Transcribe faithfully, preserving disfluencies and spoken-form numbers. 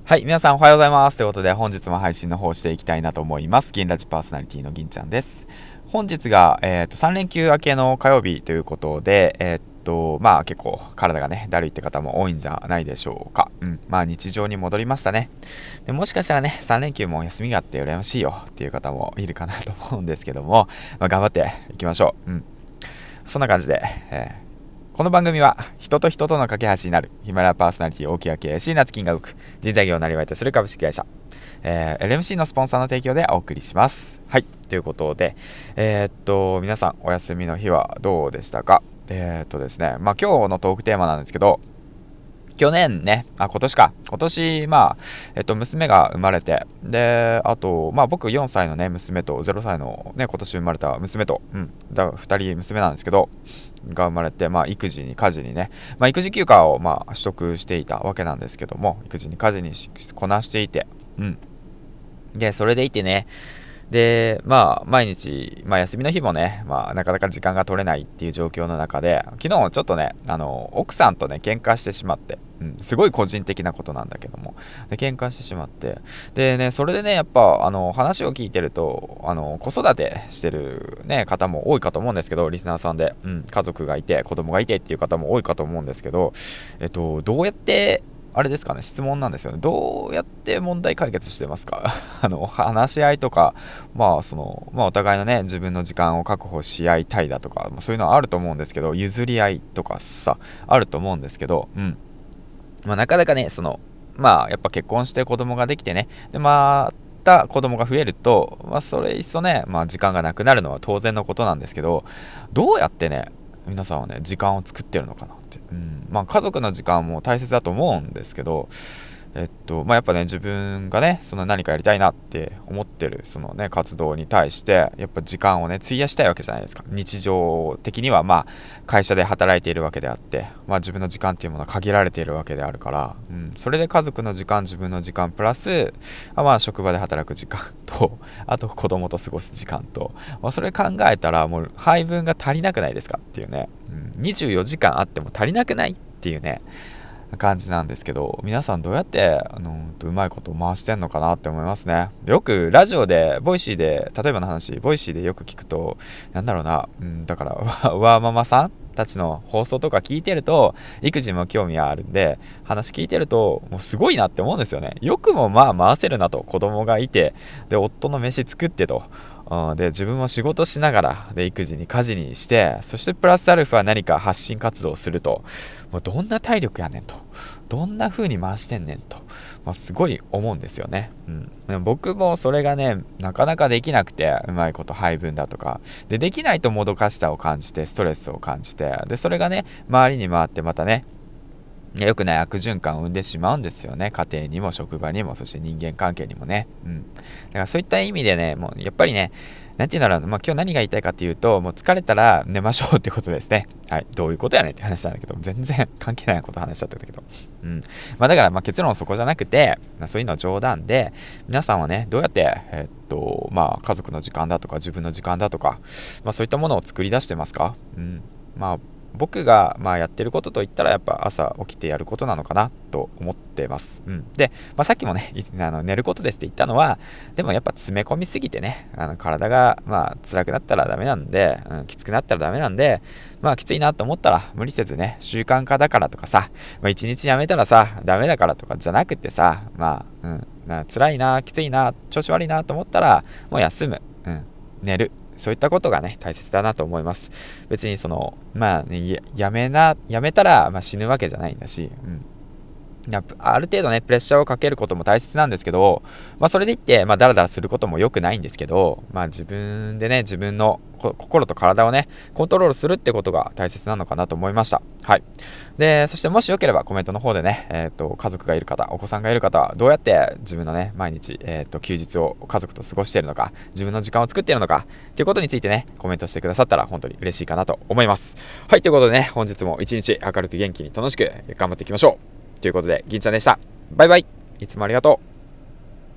はい、皆さんおはようございます。ということで本日も配信の方していきたいなと思います。銀ラジパーソナリティの銀ちゃんです。本日が、えー、とさん連休明けの火曜日ということで、えー、っとまあ結構体がねだるいって方も多いんじゃないでしょうか。うん、まあ日常に戻りましたね。でもしかしたらねさん連休も休みがあって羨ましいよっていう方もいるかなと思うんですけども、まあ、頑張っていきましょう。うん、そんな感じで、えーこの番組は人と人との架け橋になるヒマラヤパーソナリティ大木明慶夏金が動く人材業をなりわいとする株式会社、えー、エルエムシー のスポンサーの提供でお送りします。はい、ということでえー、っと皆さんお休みの日はどうでしたか。えー、っとですねまあ今日のトークテーマなんですけど、去年ね、あ、今年か。今年、まあ、えっと、娘が生まれて、で、あと、まあ、僕よんさいのね、娘と、ゼロさいのね、今年生まれた娘と、うん、だふたり娘なんですけど、が生まれて、まあ、育児に家事にね、まあ、育児休暇を、まあ、取得していたわけなんですけども、育児に家事にこなしていて、うん。で、それでいてね、で、まあ、毎日、まあ、休みの日もね、まあ、なかなか時間が取れないっていう状況の中で、昨日ちょっとね、あの、奥さんとね、喧嘩してしまって、うん、すごい個人的なことなんだけども、で、喧嘩してしまって、でね、それでね、やっぱ、あの、話を聞いてると、あの、子育てしてるね、方も多いかと思うんですけど、リスナーさんで、うん、家族がいて、子供がいてっていう方も多いかと思うんですけど、えっと、どうやって、あれですかね、質問なんですよね。どうやって問題解決してますかあの、話し合いとか、まあ、その、まあ、お互いのね、自分の時間を確保し合いたいだとか、そういうのはあると思うんですけど、譲り合いとかさ、あると思うんですけど、うん。まあ、なかなかね、その、まあ、やっぱ結婚して子供ができてね、で、また子供が増えると、まあ、それいっそね、まあ、時間がなくなるのは当然のことなんですけど、どうやってね、皆さんはね、時間を作ってるのかなって。うん。まあ、家族の時間も大切だと思うんですけど、えっと、まあ、やっぱね、自分がね、その何かやりたいなって思ってる、そのね、活動に対して、やっぱ時間をね、費やしたいわけじゃないですか。日常的には、まあ、会社で働いているわけであって、まあ、自分の時間っていうものは限られているわけであるから、うん、それで家族の時間、自分の時間、プラス、あまあ、職場で働く時間と、あと子供と過ごす時間と、まあ、それ考えたら、もう配分が足りなくないですかっていうね、うん、にじゅうよじかんあっても足りなくないっていうね、感じなんですけど、皆さんどうやってあのうまいことを回してんのかなって思いますね。よくラジオでボイシーで、例えばの話ボイシーでよく聞くと、なんだろうな、うん、だからわママさんたちの放送とか聞いてると、育児も興味あるんで話聞いてると、もうすごいなって思うんですよね。よくもまあ回せるなと。子供がいて、で夫の飯作ってと、うん、で自分も仕事しながらで育児に家事にして、そしてプラスアルファ何か発信活動をすると、もうどんな体力やねんと、どんな風に回してんねんと、まあ、すごい思うんですよね。うん、でも僕もそれがねなかなかできなくて、うまいこと配分だとかでできないともどかしさを感じて、ストレスを感じて、でそれがね周りに回ってまたね良くない悪循環を生んでしまうんですよね。家庭にも職場にも、そして人間関係にもね。うん。だからそういった意味でね、もうやっぱりね、なんていうんだろう、まあ今日何が言いたいかっていうと、もう疲れたら寝ましょうってことですね。はい。どういうことやねんって話なんだけど、全然関係ないこと話しちゃったんだけど。うん。まあだからまあ結論はそこじゃなくて、まあ、そういうのは冗談で、皆さんはね、どうやって、えっと、まあ家族の時間だとか自分の時間だとか、まあそういったものを作り出してますか？うん。まあ僕がまあやってることといったら、やっぱ朝起きてやることなのかなと思ってます。うん、で、まあ、さっきもねあの寝ることですって言ったのは、でもやっぱ詰め込みすぎてね、あの体がまあ辛くなったらダメなんで、うん、きつくなったらダメなんで、まあきついなと思ったら無理せずね、習慣化だからとかさ、まあ、いちにちやめたらさダメだからとかじゃなくてさ、まあ、うん、な辛いな、きついな、調子悪いなと思ったらもう休む、うん、寝る、そういったことがね大切だなと思います。別にそのまあ、ね、ややめなやめたら、まあ、死ぬわけじゃないんだし、うん、やっぱある程度ねプレッシャーをかけることも大切なんですけど、まあ、それでいって、まあ、ダラダラすることも良くないんですけど、まあ、自分でね自分の心と体をねコントロールするってことが大切なのかなと思いました。はい。でそしてもしよければコメントの方でね、えー、と家族がいる方、お子さんがいる方はどうやって自分のね毎日、えー、と休日を家族と過ごしているのか、自分の時間を作っているのかっていうことについてねコメントしてくださったら本当に嬉しいかなと思います。はい。ということでね、本日も一日明るく元気に楽しく頑張っていきましょうということで、銀ちゃんでした。バイバイ。いつもありがとう。